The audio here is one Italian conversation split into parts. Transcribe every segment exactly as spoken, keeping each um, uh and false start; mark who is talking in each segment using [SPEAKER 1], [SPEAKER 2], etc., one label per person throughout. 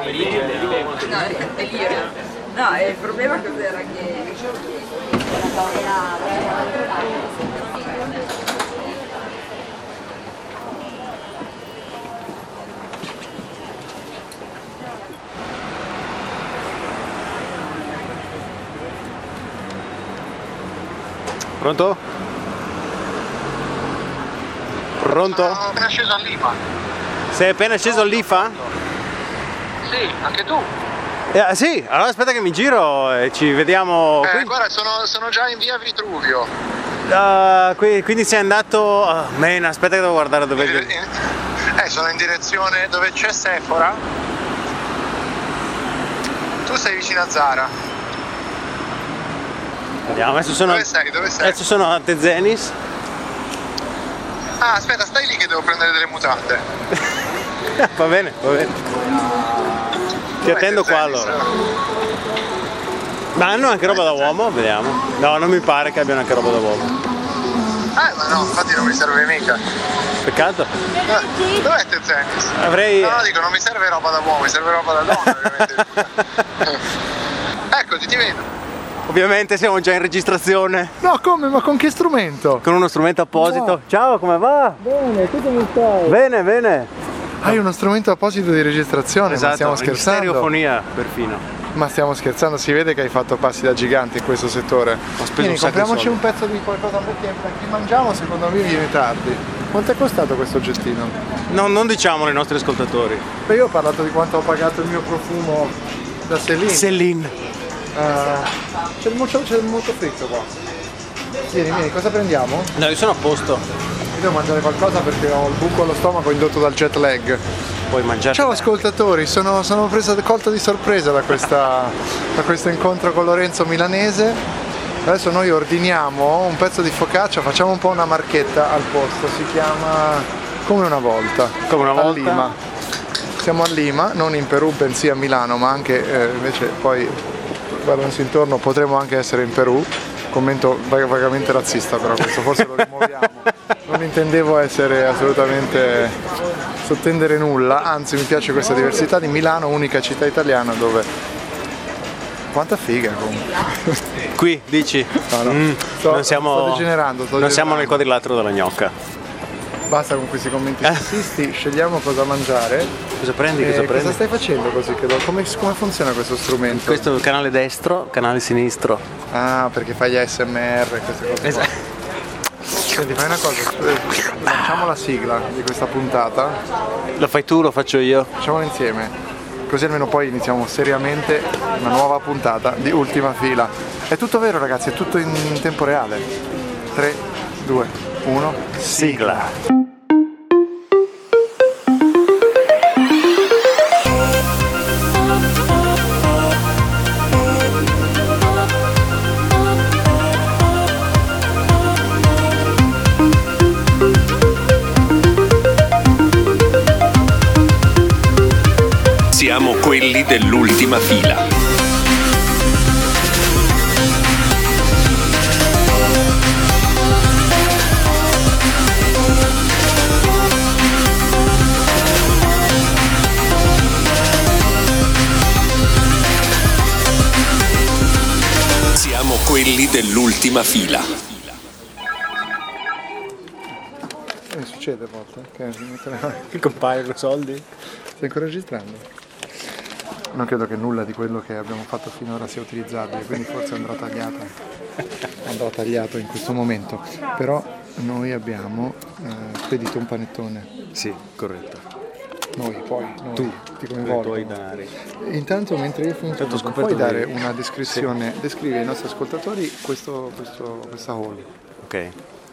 [SPEAKER 1] No, è delirio. No, il problema cos'era che...
[SPEAKER 2] Pronto? Pronto?
[SPEAKER 3] Sono appena sceso a Lima.
[SPEAKER 2] Sei appena sceso all'I F A?
[SPEAKER 3] Sì, anche tu.
[SPEAKER 2] Eh, sì, allora aspetta che mi giro e ci vediamo.
[SPEAKER 3] Eh,
[SPEAKER 2] qui.
[SPEAKER 3] guarda, sono, sono già in via Vitruvio.
[SPEAKER 2] Uh, qui, quindi sei andato... Oh, man, aspetta che devo guardare dove...
[SPEAKER 3] In, in, eh, sono in direzione dove c'è Sephora. Tu sei vicino a Zara.
[SPEAKER 2] Vediamo, adesso sono...
[SPEAKER 3] Dove sei? Dove sei?
[SPEAKER 2] Adesso sono a Tezenis.
[SPEAKER 3] Ah, aspetta, stai lì che devo prendere delle mutande.
[SPEAKER 2] Va bene, va bene. Ti
[SPEAKER 3] Dov'è
[SPEAKER 2] attendo qua
[SPEAKER 3] Tezenis?
[SPEAKER 2] allora. Ma hanno anche roba da uomo? Vediamo. No, non mi pare che abbiano anche roba da uomo.
[SPEAKER 3] Eh, ma no, infatti non mi serve mica.
[SPEAKER 2] Peccato.
[SPEAKER 3] Dov'è, dov'è Tezenis?
[SPEAKER 2] Avrei...
[SPEAKER 3] No, no, dico, non mi serve roba da uomo, mi serve roba da donna, ovviamente. Eccoti, ti vedo.
[SPEAKER 2] Ovviamente siamo già in registrazione.
[SPEAKER 4] No, come? Ma con che strumento?
[SPEAKER 2] Con uno strumento apposito.
[SPEAKER 4] No.
[SPEAKER 2] Ciao, come va?
[SPEAKER 4] Bene, tu come stai?
[SPEAKER 2] Bene, bene.
[SPEAKER 4] Hai uno strumento apposito di registrazione,
[SPEAKER 2] Esatto,
[SPEAKER 4] ma stiamo
[SPEAKER 2] in
[SPEAKER 4] scherzando?
[SPEAKER 2] stereofonia perfino.
[SPEAKER 4] Ma stiamo scherzando, si vede che hai fatto passi da gigante in questo settore.
[SPEAKER 2] Ho speso
[SPEAKER 4] Vieni,
[SPEAKER 2] un sacco di
[SPEAKER 4] compriamoci
[SPEAKER 2] soldi.
[SPEAKER 4] un pezzo di qualcosa perché chi mangiamo secondo me viene tardi. Quanto è costato questo oggettino?
[SPEAKER 2] No, non diciamolo ai nostri ascoltatori.
[SPEAKER 4] Beh, io ho parlato di quanto ho pagato il mio profumo da Celine.
[SPEAKER 2] Celine.
[SPEAKER 4] Uh, c'è il mocio, c'è il moto fritto qua. Vieni, vieni, cosa prendiamo?
[SPEAKER 2] No, io sono a posto.
[SPEAKER 4] Io devo mangiare qualcosa perché ho il buco allo stomaco indotto dal jet lag.
[SPEAKER 2] Puoi mangiare.
[SPEAKER 4] Ciao ascoltatori, sono, sono preso colto di sorpresa da, questa, da questo incontro con Lorenzo milanese. Adesso noi ordiniamo un pezzo di focaccia, facciamo un po' una marchetta al posto, si chiama Come una volta.
[SPEAKER 2] Come una
[SPEAKER 4] a
[SPEAKER 2] volta.
[SPEAKER 4] Lima. Siamo a Lima, non in Perù, bensì a Milano, ma anche eh, invece poi guardandosi intorno potremmo anche essere in Perù. Commento vag- vagamente razzista, però questo forse lo rimuoviamo. Non intendevo essere assolutamente sottendere nulla, anzi mi piace questa diversità di Milano, unica città italiana dove... Quanta figa comunque.
[SPEAKER 2] Qui, dici?
[SPEAKER 4] No, no.
[SPEAKER 2] Mm,
[SPEAKER 4] Sto-
[SPEAKER 2] non siamo,
[SPEAKER 4] sto degenerando, sto
[SPEAKER 2] non siamo
[SPEAKER 4] degenerando.
[SPEAKER 2] nel quadrilatero della gnocca.
[SPEAKER 4] Basta con questi commenti sessisti, scegliamo cosa mangiare.
[SPEAKER 2] Cosa prendi? Cosa
[SPEAKER 4] Eh,
[SPEAKER 2] prendi?
[SPEAKER 4] cosa stai facendo così? Che do- Come, come funziona questo strumento?
[SPEAKER 2] Questo è il canale destro, canale sinistro.
[SPEAKER 4] Ah, perché fai gli A S M R, queste cose.
[SPEAKER 2] Esatto.
[SPEAKER 4] Qua. Senti, fai una cosa, eh, lanciamo la sigla di questa puntata,
[SPEAKER 2] Lo fai tu, lo faccio io.
[SPEAKER 4] facciamola insieme, così almeno poi iniziamo seriamente una nuova puntata di Ultima Fila. È tutto vero ragazzi, è tutto in tempo reale. tre, due, uno,
[SPEAKER 2] Sigla.
[SPEAKER 5] Siamo quelli dell'ultima fila. Siamo quelli dell'ultima fila.
[SPEAKER 4] Che succede a volte? Che si mette le-
[SPEAKER 2] Che compaiono soldi?
[SPEAKER 4] Stai ancora registrando? Non credo che nulla di quello che abbiamo fatto finora sia utilizzabile, quindi forse andrà tagliato, andrà tagliato in questo momento. Però noi abbiamo eh, spedito un panettone.
[SPEAKER 2] Sì, corretto.
[SPEAKER 4] Noi poi, noi,
[SPEAKER 2] Tu,
[SPEAKER 4] ti
[SPEAKER 2] con i
[SPEAKER 4] coinvolgo.
[SPEAKER 2] tuoi denari.
[SPEAKER 4] Intanto mentre io finisco,
[SPEAKER 2] Intanto ho scoperto
[SPEAKER 4] puoi dare
[SPEAKER 2] che-
[SPEAKER 4] una descrizione, descrivi ai nostri ascoltatori questo, questo, questa hall.
[SPEAKER 2] Ok.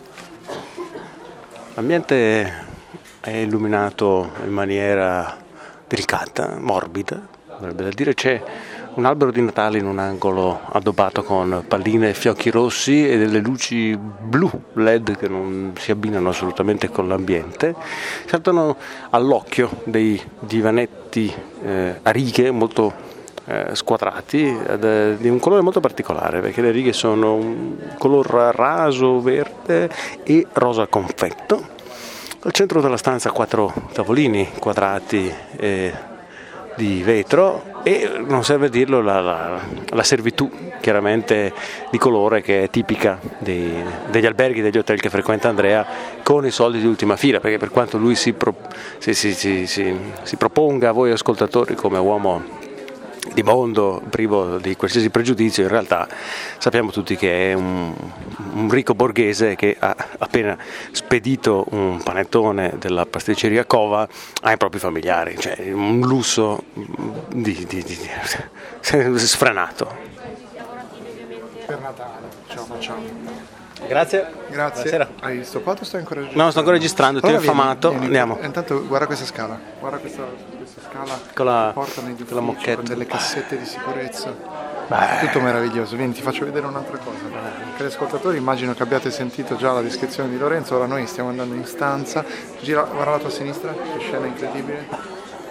[SPEAKER 2] L'ambiente è illuminato in maniera delicata, morbida, vorrebbe da dire. C'è un albero di Natale in un angolo addobbato con palline e fiocchi rossi e delle luci blu L E D che non si abbinano assolutamente con l'ambiente. Saltano all'occhio dei divanetti eh, a righe molto eh, squadrati ed, eh, di un colore molto particolare, perché le righe sono un color raso, verde e rosa confetto. Al centro della stanza quattro tavolini quadrati e di vetro e, non serve dirlo, la, la, la servitù chiaramente di colore che è tipica dei, degli alberghi, degli hotel che frequenta Andrea, con i soldi di ultima fila, perché per quanto lui si, pro, si, si, si, si, si proponga a voi ascoltatori come uomo di mondo, privo di qualsiasi pregiudizio, in realtà sappiamo tutti che è un, un ricco borghese che ha appena spedito un panettone della pasticceria Cova ai propri familiari, cioè un lusso di, di, di, di, sfrenato.
[SPEAKER 4] Per Natale, ce la facciamo.
[SPEAKER 2] Grazie.
[SPEAKER 4] Grazie.
[SPEAKER 2] Buonasera.
[SPEAKER 4] Hai stoppato o stai ancora registrando?
[SPEAKER 2] No, sto ancora registrando, ti ho
[SPEAKER 4] Allora
[SPEAKER 2] infamato,
[SPEAKER 4] vieni, vieni.
[SPEAKER 2] andiamo.
[SPEAKER 4] Intanto guarda questa scala, guarda questa, questa scala
[SPEAKER 2] Con la-
[SPEAKER 4] che porta negli
[SPEAKER 2] con la
[SPEAKER 4] uffici,
[SPEAKER 2] moquette.
[SPEAKER 4] con delle cassette di sicurezza.
[SPEAKER 2] Beh.
[SPEAKER 4] È tutto meraviglioso. Vieni, ti faccio vedere un'altra cosa. Per gli ascoltatori immagino che abbiate sentito già la descrizione di Lorenzo, ora noi stiamo andando in stanza. Gira, guarda la tua sinistra, che scena incredibile.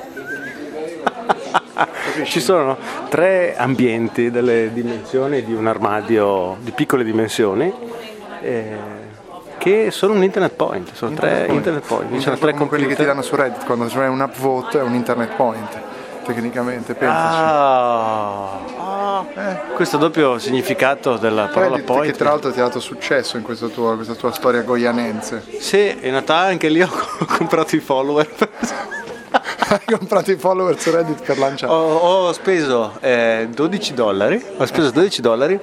[SPEAKER 2] Ci sono tre ambienti delle dimensioni di un armadio di piccole dimensioni eh, che sono un internet point, sono tre internet point, ci sono tre
[SPEAKER 4] Come quelli che ti
[SPEAKER 2] computer.
[SPEAKER 4] danno su Reddit quando c'è un upvote è un internet point, tecnicamente, pensaci.
[SPEAKER 2] Ah, ah,
[SPEAKER 4] Eh.
[SPEAKER 2] questo doppio significato della parola
[SPEAKER 4] Reddit che
[SPEAKER 2] point.
[SPEAKER 4] tra l'altro ti ha dato successo in questo tuo, questa tua storia goianense.
[SPEAKER 2] Sì, in realtà anche lì ho comprato i follower.
[SPEAKER 4] Hai comprato i follower su Reddit per lanciare.
[SPEAKER 2] Ho, ho speso eh, dodici dollari, ho speso dodici dollari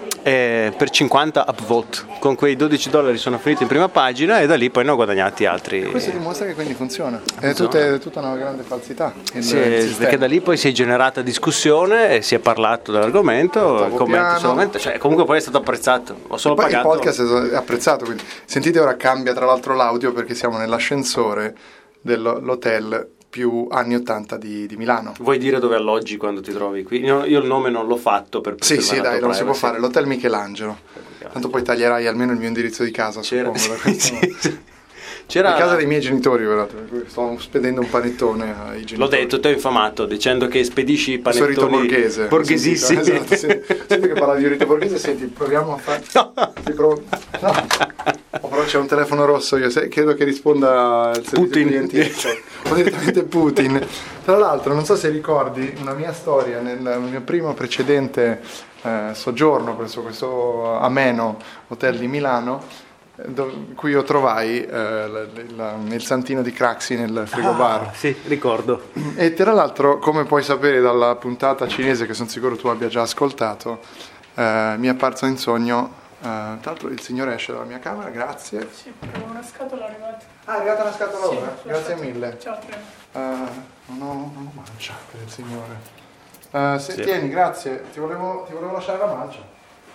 [SPEAKER 2] eh, per cinquanta upvote. Con quei dodici dollari sono finito in prima pagina e da lì poi ne ho guadagnati altri.
[SPEAKER 4] Questo dimostra che quindi funziona. È tutta, è tutta una grande falsità. Il,
[SPEAKER 2] Sì,
[SPEAKER 4] il sistema.
[SPEAKER 2] perché da lì poi si è generata discussione e si è parlato dell'argomento,
[SPEAKER 4] Ottavo
[SPEAKER 2] il commento
[SPEAKER 4] piano.
[SPEAKER 2] solamente, cioè comunque poi è stato apprezzato, ho solo
[SPEAKER 4] Poi il
[SPEAKER 2] pagato.
[SPEAKER 4] podcast è apprezzato, quindi sentite, ora cambia tra l'altro l'audio perché siamo nell'ascensore dell'hotel più anni ottanta di, di Milano.
[SPEAKER 2] Vuoi dire dove alloggi quando ti trovi qui? Io, io il nome non l'ho fatto per
[SPEAKER 4] Sì, sì,
[SPEAKER 2] preservare la
[SPEAKER 4] dai,
[SPEAKER 2] tua
[SPEAKER 4] non si può
[SPEAKER 2] privacy.
[SPEAKER 4] fare. L'hotel Michelangelo. Tanto poi taglierai almeno il mio indirizzo di casa.
[SPEAKER 2] C'era,
[SPEAKER 4] suppongo, da
[SPEAKER 2] sì,
[SPEAKER 4] questo-
[SPEAKER 2] sì, sì. C'era
[SPEAKER 4] La casa dei miei genitori, peraltro, per cui sto spedendo un panettone ai genitori.
[SPEAKER 2] L'ho detto, ti ho infamato dicendo che spedisci i
[SPEAKER 4] Il suo rito
[SPEAKER 2] panettoni
[SPEAKER 4] borghese.
[SPEAKER 2] borghesissimi.
[SPEAKER 4] Sentito, esatto, senti, senti che parla di rito borghese, senti, proviamo a fare...
[SPEAKER 2] No.
[SPEAKER 4] Sì, provo- no. Oh, però c'è un telefono rosso, io se- credo che risponda il servizio
[SPEAKER 2] Putin.
[SPEAKER 4] clienti, ecco, o direttamente Putin. Tra l'altro, non so se ricordi una mia storia nel mio primo precedente eh, soggiorno presso questo ameno hotel di Milano, dove, in cui io trovai eh, la- la- il santino di Craxi nel frigobar.
[SPEAKER 2] Ah, sì, ricordo.
[SPEAKER 4] E tra l'altro, come puoi sapere dalla puntata cinese che sono sicuro tu abbia già ascoltato, eh, mi è apparso in sogno, eh, tra l'altro il signore esce dalla mia camera, grazie.
[SPEAKER 6] Sì, avevo una scatola arrivata.
[SPEAKER 4] Ah, è arrivata una scatola
[SPEAKER 6] Sì,
[SPEAKER 4] ora?
[SPEAKER 6] l'ho
[SPEAKER 4] Grazie
[SPEAKER 6] fatto.
[SPEAKER 4] mille.
[SPEAKER 6] Ciao, prego.
[SPEAKER 4] Eh, non ho, non ho mancia per il signore. Eh, se,
[SPEAKER 2] Sì.
[SPEAKER 4] Tieni, grazie, ti volevo, ti volevo lasciare la mancia.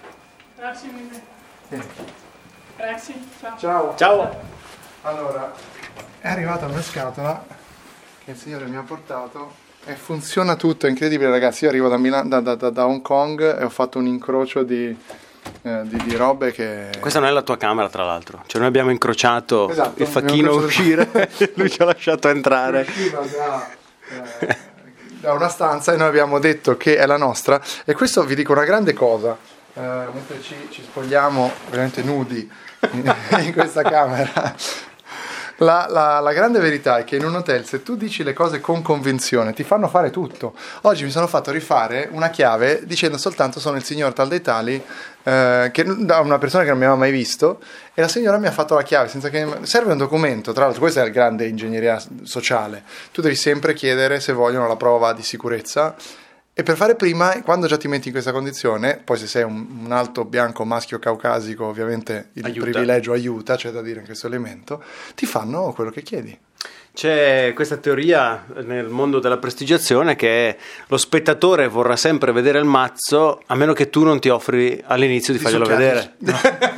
[SPEAKER 6] Grazie mille.
[SPEAKER 4] Tieni.
[SPEAKER 6] Grazie, ciao.
[SPEAKER 4] Ciao.
[SPEAKER 2] Ciao.
[SPEAKER 4] Allora, è arrivata una scatola che il signore mi ha portato e funziona tutto, è incredibile ragazzi. Io arrivo da, Milan- da, da, da- da Hong Kong e ho fatto un incrocio di, eh, di, di robe che...
[SPEAKER 2] Questa non è la tua camera, tra l'altro. Cioè, noi abbiamo incrociato
[SPEAKER 4] Esatto,
[SPEAKER 2] il facchino a
[SPEAKER 4] abbiamo
[SPEAKER 2] uscire, lui ci ha lasciato entrare.
[SPEAKER 4] usciva da, eh, da una stanza e noi abbiamo detto che è la nostra, e questo vi dico una grande cosa, eh, mentre ci, ci spogliamo veramente nudi in, in questa camera. La, la, la grande verità è che in un hotel, se tu dici le cose con convinzione, ti fanno fare tutto. Oggi mi sono fatto rifare una chiave dicendo soltanto sono il signor tal dei tali, eh, che, da una persona che non mi aveva mai visto, e la signora mi ha fatto la chiave senza che serve un documento. Tra l'altro questa è la grande ingegneria sociale, tu devi sempre chiedere se vogliono la prova di sicurezza. E per fare prima, quando già ti metti in questa condizione, poi se sei un, un alto bianco maschio caucasico, ovviamente il
[SPEAKER 2] Aiuta.
[SPEAKER 4] privilegio aiuta, c'è da dire in questo elemento, ti fanno quello che chiedi.
[SPEAKER 2] C'è questa teoria nel mondo della prestigiazione che lo spettatore vorrà sempre vedere il mazzo a meno che tu non ti offri all'inizio di,
[SPEAKER 4] Di
[SPEAKER 2] farglielo
[SPEAKER 4] succhiarti.
[SPEAKER 2] vedere.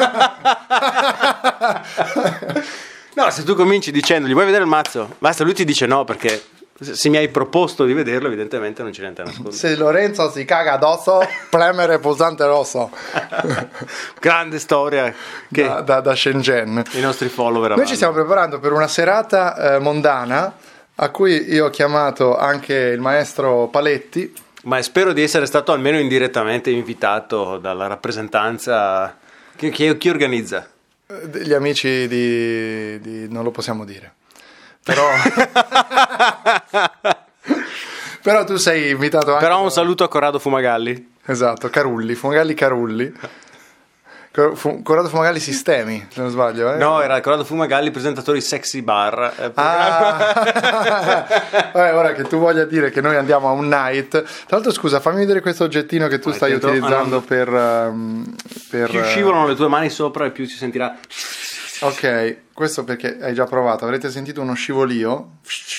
[SPEAKER 2] No, se tu cominci dicendogli vuoi vedere il mazzo, basta, lui ti dice no, perché se mi hai proposto di vederlo evidentemente non c'è niente da nascondere.
[SPEAKER 4] Se Lorenzo si caga addosso, premere il pulsante rosso.
[SPEAKER 2] Grande storia che
[SPEAKER 4] Da, da, da Shenzhen.
[SPEAKER 2] i nostri follower
[SPEAKER 4] Noi
[SPEAKER 2] avranno.
[SPEAKER 4] ci stiamo preparando per una serata eh, mondana a cui io ho chiamato anche il maestro Paletti.
[SPEAKER 2] Ma spero di essere stato almeno indirettamente invitato dalla rappresentanza. Chi, chi, chi organizza?
[SPEAKER 4] eh, Degli amici di, di... non lo possiamo dire. Però Però tu sei invitato anche.
[SPEAKER 2] Però un saluto a Corrado Fumagalli.
[SPEAKER 4] Esatto, Carulli, Fumagalli Carulli. Cor- Fu- Corrado Fumagalli Sistemi, se non sbaglio. Eh?
[SPEAKER 2] No, era Corrado Fumagalli, presentatori Sexy Bar. eh,
[SPEAKER 4] Ah, vabbè, ora che tu voglia dire che noi andiamo a un night. Tra l'altro, scusa, fammi vedere questo oggettino che tu
[SPEAKER 2] Vai,
[SPEAKER 4] stai
[SPEAKER 2] attento.
[SPEAKER 4] utilizzando
[SPEAKER 2] Ah, no.
[SPEAKER 4] per, um, per.
[SPEAKER 2] Più scivolano le tue mani sopra e più si sentirà.
[SPEAKER 4] Ok, questo perché hai già provato, avrete sentito uno scivolio.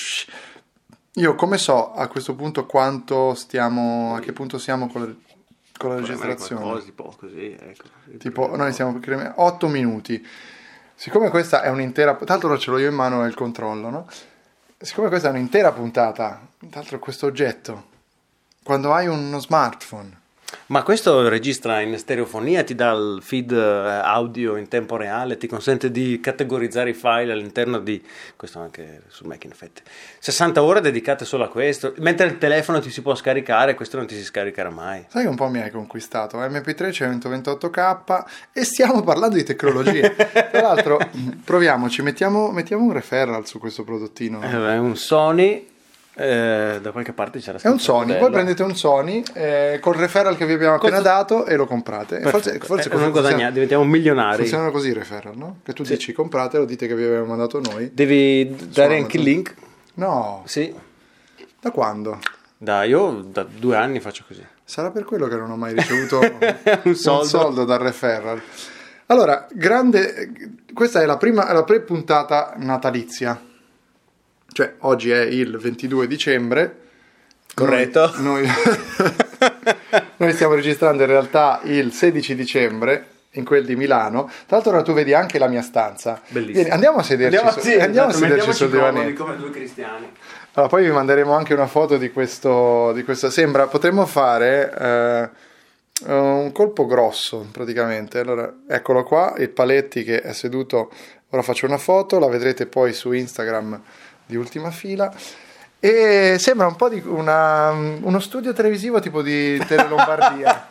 [SPEAKER 4] Io come so a questo punto quanto stiamo, a che punto siamo con la, con la registrazione?
[SPEAKER 2] Qualcosa, tipo così, ecco.
[SPEAKER 4] Tipo, noi siamo per otto minuti. Siccome questa è un'intera, tra l'altro ce l'ho io in mano, è il controllo, no? Siccome questa è un'intera puntata, tra l'altro questo oggetto, quando hai uno smartphone.
[SPEAKER 2] Ma questo registra in stereofonia, ti dà il feed eh, audio in tempo reale, ti consente di categorizzare i file all'interno di, questo anche sul Mac in effetti, sessanta ore dedicate solo a questo, mentre il telefono ti si può scaricare, questo non ti si scaricherà mai.
[SPEAKER 4] Sai che un po' mi hai conquistato, M P tre centoventotto K e stiamo parlando di tecnologie. Tra l'altro, proviamoci, mettiamo, mettiamo un referral su questo prodottino.
[SPEAKER 2] È un Sony, eh, da qualche parte c'era
[SPEAKER 4] È
[SPEAKER 2] scritto
[SPEAKER 4] un Sony,
[SPEAKER 2] modello.
[SPEAKER 4] voi prendete un Sony eh, col referral che vi abbiamo appena
[SPEAKER 2] Costa-
[SPEAKER 4] dato e lo comprate. E forse
[SPEAKER 2] Perfetto.
[SPEAKER 4] forse
[SPEAKER 2] Eh, non
[SPEAKER 4] funziona-
[SPEAKER 2] guadagniamo, diventiamo milionari.
[SPEAKER 4] funzionano così i referral, no? Che tu dici compratelo, dite che vi abbiamo mandato noi.
[SPEAKER 2] Devi dare
[SPEAKER 4] Su
[SPEAKER 2] anche il
[SPEAKER 4] Amazon.
[SPEAKER 2] link.
[SPEAKER 4] No,
[SPEAKER 2] Sì,
[SPEAKER 4] da quando?
[SPEAKER 2] da io da due anni faccio così.
[SPEAKER 4] Sarà per quello che non ho mai ricevuto
[SPEAKER 2] Un soldo.
[SPEAKER 4] un soldo dal referral. Allora, grande, questa è la prima, è la pre-puntata natalizia. Cioè, oggi è il ventidue dicembre.
[SPEAKER 2] Corretto.
[SPEAKER 4] Noi, noi, noi stiamo registrando in realtà il sedici dicembre, in quel di Milano. Tra l'altro ora tu vedi anche la mia stanza.
[SPEAKER 2] Bellissimo.
[SPEAKER 4] Vieni, andiamo a sederci,
[SPEAKER 2] Andiamo,
[SPEAKER 4] su-
[SPEAKER 2] sì,
[SPEAKER 4] andiamo a
[SPEAKER 2] esatto,
[SPEAKER 4] sederci
[SPEAKER 2] mettiamoci
[SPEAKER 4] sul
[SPEAKER 2] comodi
[SPEAKER 4] divanetto.
[SPEAKER 2] come due cristiani.
[SPEAKER 4] Allora, poi vi manderemo anche una foto di questo, di questo. Sembra, potremmo fare eh, un colpo grosso praticamente. Allora, eccolo qua, il Paletti che è seduto. Ora faccio una foto, la vedrete poi su Instagram di Ultima Fila. E sembra un po' di una, uno studio televisivo tipo di Tele Lombardia.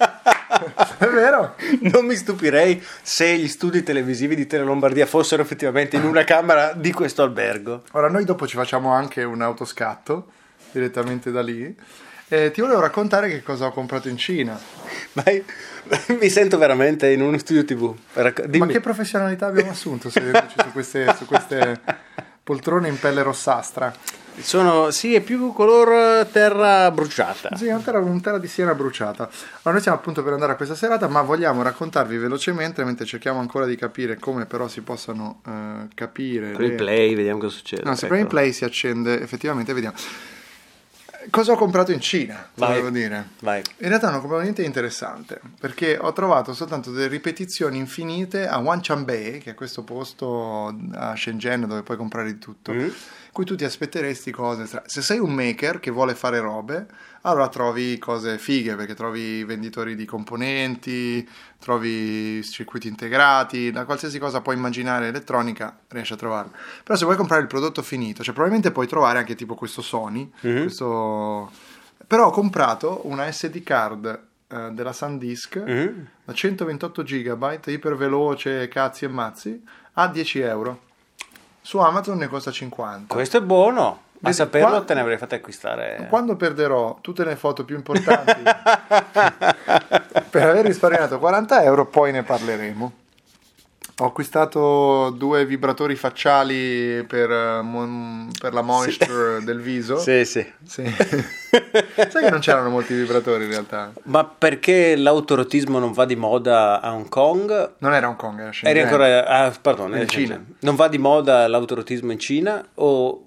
[SPEAKER 4] È vero?
[SPEAKER 2] Non mi stupirei se gli studi televisivi di Tele Lombardia fossero effettivamente in una camera di questo albergo.
[SPEAKER 4] Ora noi dopo ci facciamo anche un autoscatto direttamente da lì. E ti volevo raccontare che cosa ho comprato in Cina.
[SPEAKER 2] Vai, mi sento veramente in uno studio tivù. Racc- dimmi.
[SPEAKER 4] Ma che professionalità abbiamo assunto sedendoci su queste, su queste poltrone in pelle rossastra?
[SPEAKER 2] Sono, sì, è più color terra bruciata.
[SPEAKER 4] Sì, è un terra, un terra di Siena bruciata. Allora noi siamo appunto per andare a questa serata, ma vogliamo raccontarvi velocemente, mentre cerchiamo ancora di capire come però si possano eh, capire.
[SPEAKER 2] Per il
[SPEAKER 4] le-
[SPEAKER 2] play, vediamo cosa succede.
[SPEAKER 4] No, se
[SPEAKER 2] Ecco.
[SPEAKER 4] premi play si accende, effettivamente vediamo. Cosa ho comprato in Cina?
[SPEAKER 2] Vai.
[SPEAKER 4] Volevo dire.
[SPEAKER 2] Vai.
[SPEAKER 4] In realtà non ho comprato niente di interessante, perché ho trovato soltanto delle ripetizioni infinite a Wanchambei, che è questo posto a Shenzhen dove puoi comprare di tutto,
[SPEAKER 2] Mm.
[SPEAKER 4] in cui tu ti aspetteresti cose. stra- Se sei un maker che vuole fare robe, allora trovi cose fighe, perché trovi venditori di componenti, trovi circuiti integrati, da qualsiasi cosa puoi immaginare elettronica riesci a trovarlo. Però se vuoi comprare il prodotto finito, cioè probabilmente puoi trovare anche tipo questo Sony,
[SPEAKER 2] Mhm.
[SPEAKER 4] questo... Però ho comprato una S D card eh, della SanDisk
[SPEAKER 2] Mhm.
[SPEAKER 4] da centoventotto giga, iperveloce, cazzi e mazzi, a dieci euro. Su Amazon ne costa cinquanta.
[SPEAKER 2] Questo è buono. A
[SPEAKER 4] Vedi,
[SPEAKER 2] saperlo
[SPEAKER 4] qua-
[SPEAKER 2] te ne avrei fatte acquistare.
[SPEAKER 4] Quando perderò tutte le foto più importanti per aver risparmiato quaranta euro, poi ne parleremo. Ho acquistato due vibratori facciali per, eh, mon- per la moisture del viso.
[SPEAKER 2] Sì, sì.
[SPEAKER 4] Sì. Sai che non c'erano molti vibratori in realtà?
[SPEAKER 2] Ma perché l'autorotismo non va di moda a Hong Kong?
[SPEAKER 4] Non era Hong Kong, era Shenzhen.
[SPEAKER 2] Eri ancora ah, pardon,
[SPEAKER 4] In
[SPEAKER 2] era
[SPEAKER 4] Cina.
[SPEAKER 2] Shenzhen. Non va di moda l'autorotismo in Cina o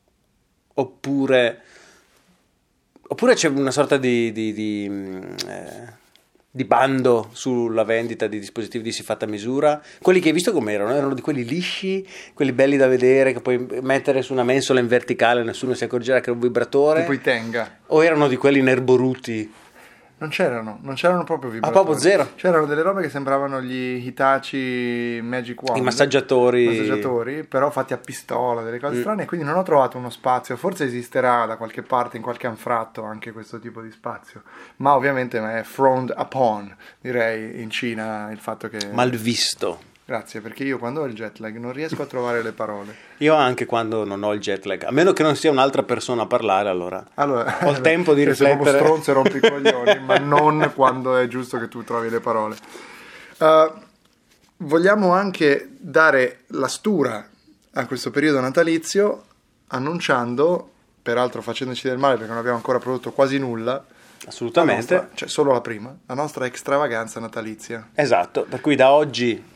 [SPEAKER 2] oppure oppure c'è una sorta di di, di, mh, eh, di bando sulla vendita di dispositivi di siffatta misura? Quelli che hai visto com'erano? Erano di quelli lisci, quelli belli da vedere che puoi mettere su una mensola in verticale, nessuno si accorgerà che è un vibratore?
[SPEAKER 4] Tipo i Tenga.
[SPEAKER 2] O erano di quelli nerboruti?
[SPEAKER 4] Non c'erano, non c'erano proprio vibratori.
[SPEAKER 2] Ah, proprio zero?
[SPEAKER 4] C'erano delle robe che sembravano gli Hitachi Magic Wand.
[SPEAKER 2] I massaggiatori.
[SPEAKER 4] massaggiatori, però fatti a pistola, delle cose
[SPEAKER 2] Mm.
[SPEAKER 4] strane, quindi non ho trovato uno spazio. Forse esisterà da qualche parte, in qualche anfratto, anche questo tipo di spazio. Ma ovviamente è frowned upon, direi, in Cina, il fatto che...
[SPEAKER 2] Malvisto.
[SPEAKER 4] Grazie, perché io quando ho il jet lag non riesco a trovare le parole.
[SPEAKER 2] Io anche quando non ho il jet lag, a meno che non sia un'altra persona a parlare, allora,
[SPEAKER 4] allora
[SPEAKER 2] ho il tempo di
[SPEAKER 4] sei
[SPEAKER 2] riflettere.
[SPEAKER 4] Sei proprio stronzo e rompi i coglioni, ma non quando è giusto che tu trovi le parole. Uh, vogliamo anche dare la stura a questo periodo natalizio, annunciando, peraltro facendoci del male perché non abbiamo ancora prodotto quasi nulla,
[SPEAKER 2] assolutamente,
[SPEAKER 4] la nostra, cioè solo la prima, la nostra extravaganza natalizia.
[SPEAKER 2] Esatto, per cui da oggi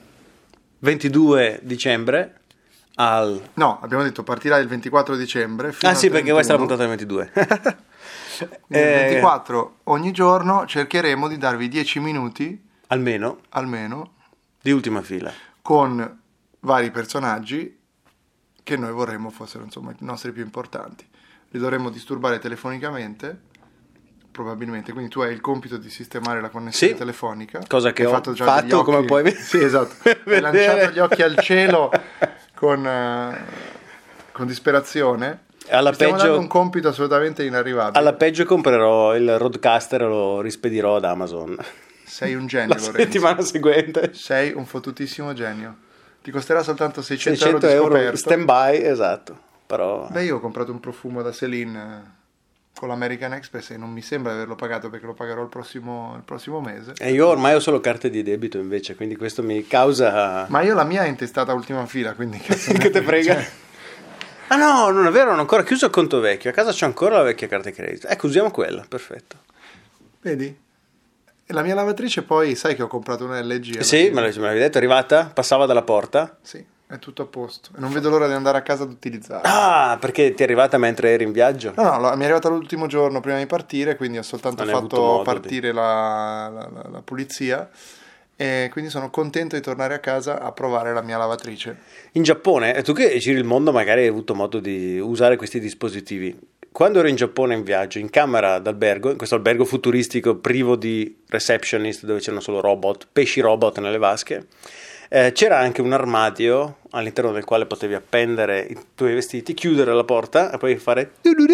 [SPEAKER 2] ventidue dicembre al...
[SPEAKER 4] No, abbiamo detto partirà il ventiquattro dicembre fino
[SPEAKER 2] Ah sì,
[SPEAKER 4] al
[SPEAKER 2] perché questa è la
[SPEAKER 4] trentuno.
[SPEAKER 2] puntata del ventidue.
[SPEAKER 4] Nel
[SPEAKER 2] Eh,
[SPEAKER 4] ventiquattro ogni giorno cercheremo di darvi dieci minuti
[SPEAKER 2] almeno
[SPEAKER 4] almeno
[SPEAKER 2] di ultima fila.
[SPEAKER 4] con vari personaggi che noi vorremmo fossero insomma i nostri più importanti. Li dovremmo disturbare telefonicamente probabilmente, quindi tu hai il compito di sistemare la connessione
[SPEAKER 2] Sì,
[SPEAKER 4] telefonica,
[SPEAKER 2] cosa che
[SPEAKER 4] hai
[SPEAKER 2] ho
[SPEAKER 4] fatto, già
[SPEAKER 2] fatto,
[SPEAKER 4] degli occhi,
[SPEAKER 2] come puoi vedere.
[SPEAKER 4] sì, esatto, hai lanciato gli occhi al cielo con, uh, con disperazione.
[SPEAKER 2] Alla
[SPEAKER 4] Stiamo
[SPEAKER 2] peggio,
[SPEAKER 4] dando un compito assolutamente inarrivabile.
[SPEAKER 2] alla peggio comprerò il Roadcaster e lo rispedirò ad Amazon
[SPEAKER 4] Sei un genio,
[SPEAKER 2] la
[SPEAKER 4] Lorenzo.
[SPEAKER 2] settimana seguente.
[SPEAKER 4] Sei un fottutissimo genio. Ti costerà soltanto seicento,
[SPEAKER 2] seicento
[SPEAKER 4] euro di
[SPEAKER 2] euro
[SPEAKER 4] scoperto.
[SPEAKER 2] stand by, esatto. Però
[SPEAKER 4] Beh, io ho comprato un profumo da Celine eh, con l'American Express e non mi sembra di averlo pagato perché lo pagherò il prossimo, il prossimo mese.
[SPEAKER 2] e io ormai ho solo carte di debito invece, quindi questo mi causa...
[SPEAKER 4] Ma io la mia è intestata a ultima fila, quindi cazzo
[SPEAKER 2] che te frega?
[SPEAKER 4] cioè,
[SPEAKER 2] Ah no, non è vero, non ho ancora chiuso il conto vecchio. A casa c'ho ancora la vecchia carta di credito. Ecco, usiamo quella, perfetto.
[SPEAKER 4] vedi? E la mia lavatrice poi, sai che ho comprato una L G? alla
[SPEAKER 2] Sì,
[SPEAKER 4] fine?
[SPEAKER 2] me l'avevi me l'avevi detto, è arrivata? Passava dalla porta?
[SPEAKER 4] Sì, è tutto a posto. E non vedo l'ora di andare a casa ad utilizzarla.
[SPEAKER 2] Ah, perché ti è arrivata mentre eri in viaggio?
[SPEAKER 4] No, no, la- mi è arrivata l'ultimo giorno prima di partire, quindi ho soltanto
[SPEAKER 2] Non hai avuto
[SPEAKER 4] fatto
[SPEAKER 2] modo
[SPEAKER 4] partire la, la- la- la pulizia e quindi sono contento di tornare a casa a provare la mia lavatrice.
[SPEAKER 2] In Giappone, e tu che giri il mondo magari hai avuto modo di usare questi dispositivi. Quando ero in Giappone in viaggio, in camera d'albergo, in questo albergo futuristico privo di receptionist dove c'erano solo robot, pesci robot nelle vasche, eh, c'era anche un armadio all'interno del quale potevi appendere i tuoi vestiti, chiudere la porta e poi fare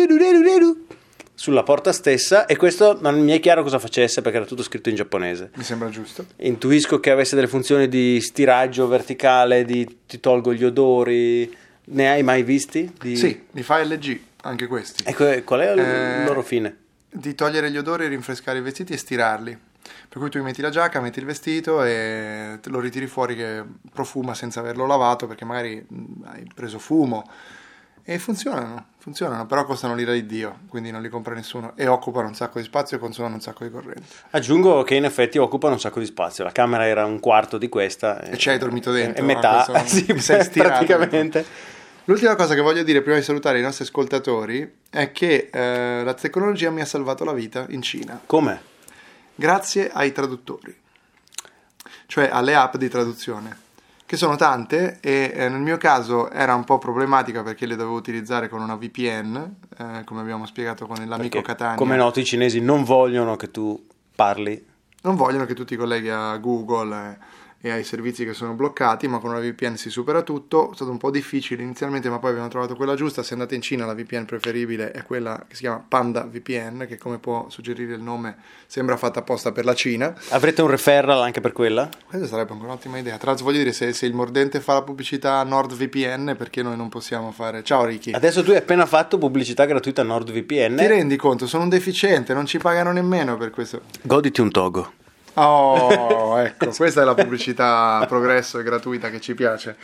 [SPEAKER 2] sulla porta stessa, e questo non mi è chiaro cosa facesse perché era tutto scritto in giapponese.
[SPEAKER 4] Mi sembra giusto.
[SPEAKER 2] Intuisco che avesse delle funzioni di stiraggio verticale, di ti tolgo gli odori. Ne hai mai visti? Di...
[SPEAKER 4] Sì, li fa L G, anche questi.
[SPEAKER 2] Ecco, qual è il
[SPEAKER 4] Eh,
[SPEAKER 2] loro fine?
[SPEAKER 4] Di togliere gli odori, rinfrescare i vestiti e stirarli. Per cui tu metti la giacca, metti il vestito e te lo ritiri fuori che profuma senza averlo lavato perché magari mh, hai preso fumo. E funzionano, funzionano, però costano l'ira di Dio, quindi non li compra nessuno e occupano un sacco di spazio e consumano un sacco di corrente.
[SPEAKER 2] Aggiungo che in effetti occupano un sacco di spazio. La camera era un quarto di questa.
[SPEAKER 4] E ci hai dormito dentro,
[SPEAKER 2] E metà,
[SPEAKER 4] no? Questo-
[SPEAKER 2] sì,
[SPEAKER 4] ti sei stirato.
[SPEAKER 2] praticamente.
[SPEAKER 4] L'ultima cosa che voglio dire prima di salutare i nostri ascoltatori è che eh, la tecnologia mi ha salvato la vita in Cina,
[SPEAKER 2] Come?
[SPEAKER 4] grazie ai traduttori, cioè alle app di traduzione, che sono tante e eh, nel mio caso era un po' problematica perché le dovevo utilizzare con una V P N, eh, come abbiamo spiegato con l'amico
[SPEAKER 2] Perché,
[SPEAKER 4] Catania.
[SPEAKER 2] come noto, i cinesi non vogliono che tu parli.
[SPEAKER 4] Non vogliono che tu ti colleghi a Google eh, e ai servizi che sono bloccati, ma con una V P N si supera tutto. È stato un po' difficile inizialmente, ma poi abbiamo trovato quella giusta. Se andate in Cina, la V P N preferibile è quella che si chiama Panda V P N, che come può suggerire il nome sembra fatta apposta per la Cina.
[SPEAKER 2] Avrete un referral anche per quella?
[SPEAKER 4] Questa sarebbe anche un'ottima idea. Tra l'altro voglio dire, se, se il mordente fa la pubblicità a NordVPN, perché noi non possiamo fare... Ciao Ricky.
[SPEAKER 2] Adesso tu hai appena fatto pubblicità gratuita a NordVPN.
[SPEAKER 4] Ti rendi conto? Sono un deficiente, non ci pagano nemmeno per questo.
[SPEAKER 2] Goditi un togo.
[SPEAKER 4] Oh, ecco, questa è la pubblicità a progresso e gratuita che ci piace.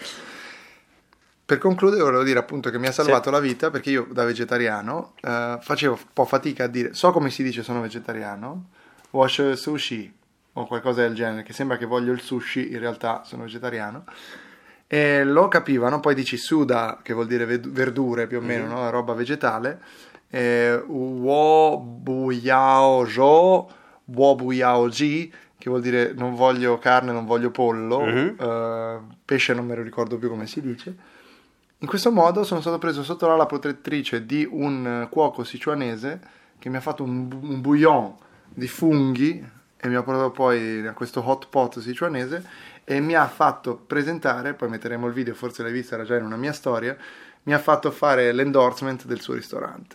[SPEAKER 4] Per concludere volevo dire appunto che mi ha salvato
[SPEAKER 2] Sì.
[SPEAKER 4] la vita perché io da vegetariano eh, facevo un po' fatica a dire, so come si dice sono vegetariano, wash sushi o qualcosa del genere, che sembra che voglio il sushi, in realtà sono vegetariano. E lo capivano, poi dici suda, che vuol dire ved- verdure più o meno, no? Roba vegetale, e wo bu yao zhou, wo bu yao ji, che vuol dire non voglio carne, non voglio pollo,
[SPEAKER 2] Mhm.
[SPEAKER 4] eh, pesce non me lo ricordo più come si dice. In questo modo sono stato preso sotto l'ala protettrice di un cuoco sichuanese che mi ha fatto un, bu- un bouillon di funghi e mi ha portato poi a questo hot pot sichuanese e mi ha fatto presentare, poi metteremo il video, forse l'hai visto, era già in una mia storia, mi ha fatto fare l'endorsement del suo ristorante.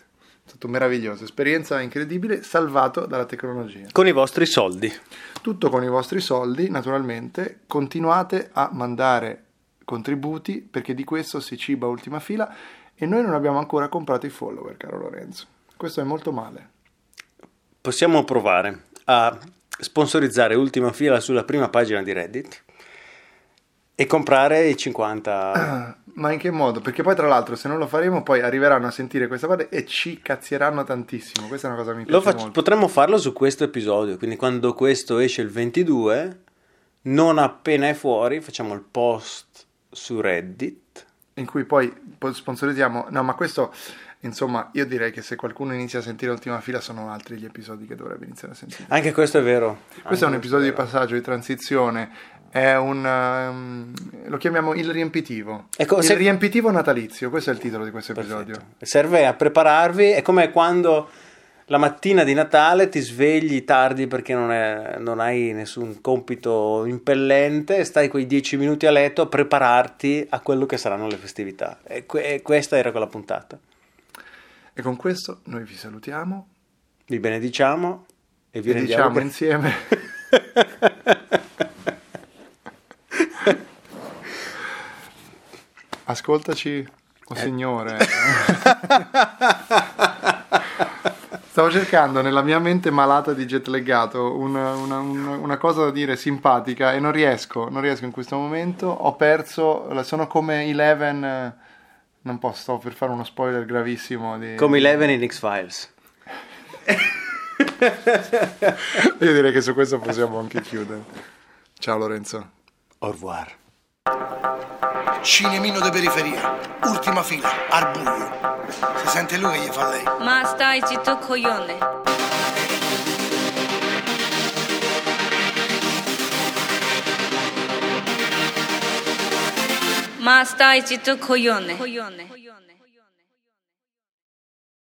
[SPEAKER 4] È stato meraviglioso, esperienza incredibile, salvato dalla tecnologia.
[SPEAKER 2] Con i vostri soldi.
[SPEAKER 4] Tutto con i vostri soldi, naturalmente. Continuate a mandare contributi perché di questo si ciba Ultima Fila e noi non abbiamo ancora comprato i follower, caro Lorenzo. Questo è molto male.
[SPEAKER 2] Possiamo provare a sponsorizzare Ultima Fila sulla prima pagina di Reddit e comprare i cinquanta.
[SPEAKER 4] Ma in che modo? Perché poi tra l'altro se non lo faremo poi arriveranno a sentire questa parte e ci cazzieranno tantissimo. Questa è una cosa che mi piace
[SPEAKER 2] Lo fac-
[SPEAKER 4] molto.
[SPEAKER 2] Potremmo farlo su questo episodio, quindi quando questo esce il ventidue, non appena è fuori, facciamo il post su Reddit.
[SPEAKER 4] In cui poi sponsorizziamo. No, ma questo, insomma, io direi che se qualcuno inizia a sentire Ultima Fila sono altri gli episodi che dovrebbe iniziare a sentire.
[SPEAKER 2] Anche questo è vero.
[SPEAKER 4] Questo è un
[SPEAKER 2] Anche
[SPEAKER 4] episodio di
[SPEAKER 2] vero.
[SPEAKER 4] passaggio, di transizione, è un um, lo chiamiamo il riempitivo.
[SPEAKER 2] Ecco,
[SPEAKER 4] il
[SPEAKER 2] se-
[SPEAKER 4] riempitivo natalizio, questo è il titolo di questo episodio.
[SPEAKER 2] Perfetto. Serve a prepararvi, è come quando la mattina di Natale ti svegli tardi perché non, è, non hai nessun compito impellente, stai quei dieci minuti a letto a prepararti a quello che saranno le festività. E, que- e questa era quella puntata.
[SPEAKER 4] E con questo noi vi salutiamo,
[SPEAKER 2] Vi benediciamo e vi
[SPEAKER 4] vi
[SPEAKER 2] rendiamo
[SPEAKER 4] diciamo insieme ascoltaci, oh signore. Stavo cercando nella mia mente malata di jetleggato una, una, una, una cosa da dire simpatica e non riesco, non riesco in questo momento. Ho perso, sono come Eleven, eh, non posso, stavo per fare uno spoiler gravissimo. Di,
[SPEAKER 2] come Eleven in X-Files.
[SPEAKER 4] Io direi che su questo possiamo anche chiudere. Ciao Lorenzo.
[SPEAKER 2] Au revoir.
[SPEAKER 7] Cinemino de periferia, Ultima Fila, al buio. Si sente lui che gli fa lei.
[SPEAKER 8] Ma stai zitto, coglione. Ma stai zitto, coglione. Coglione.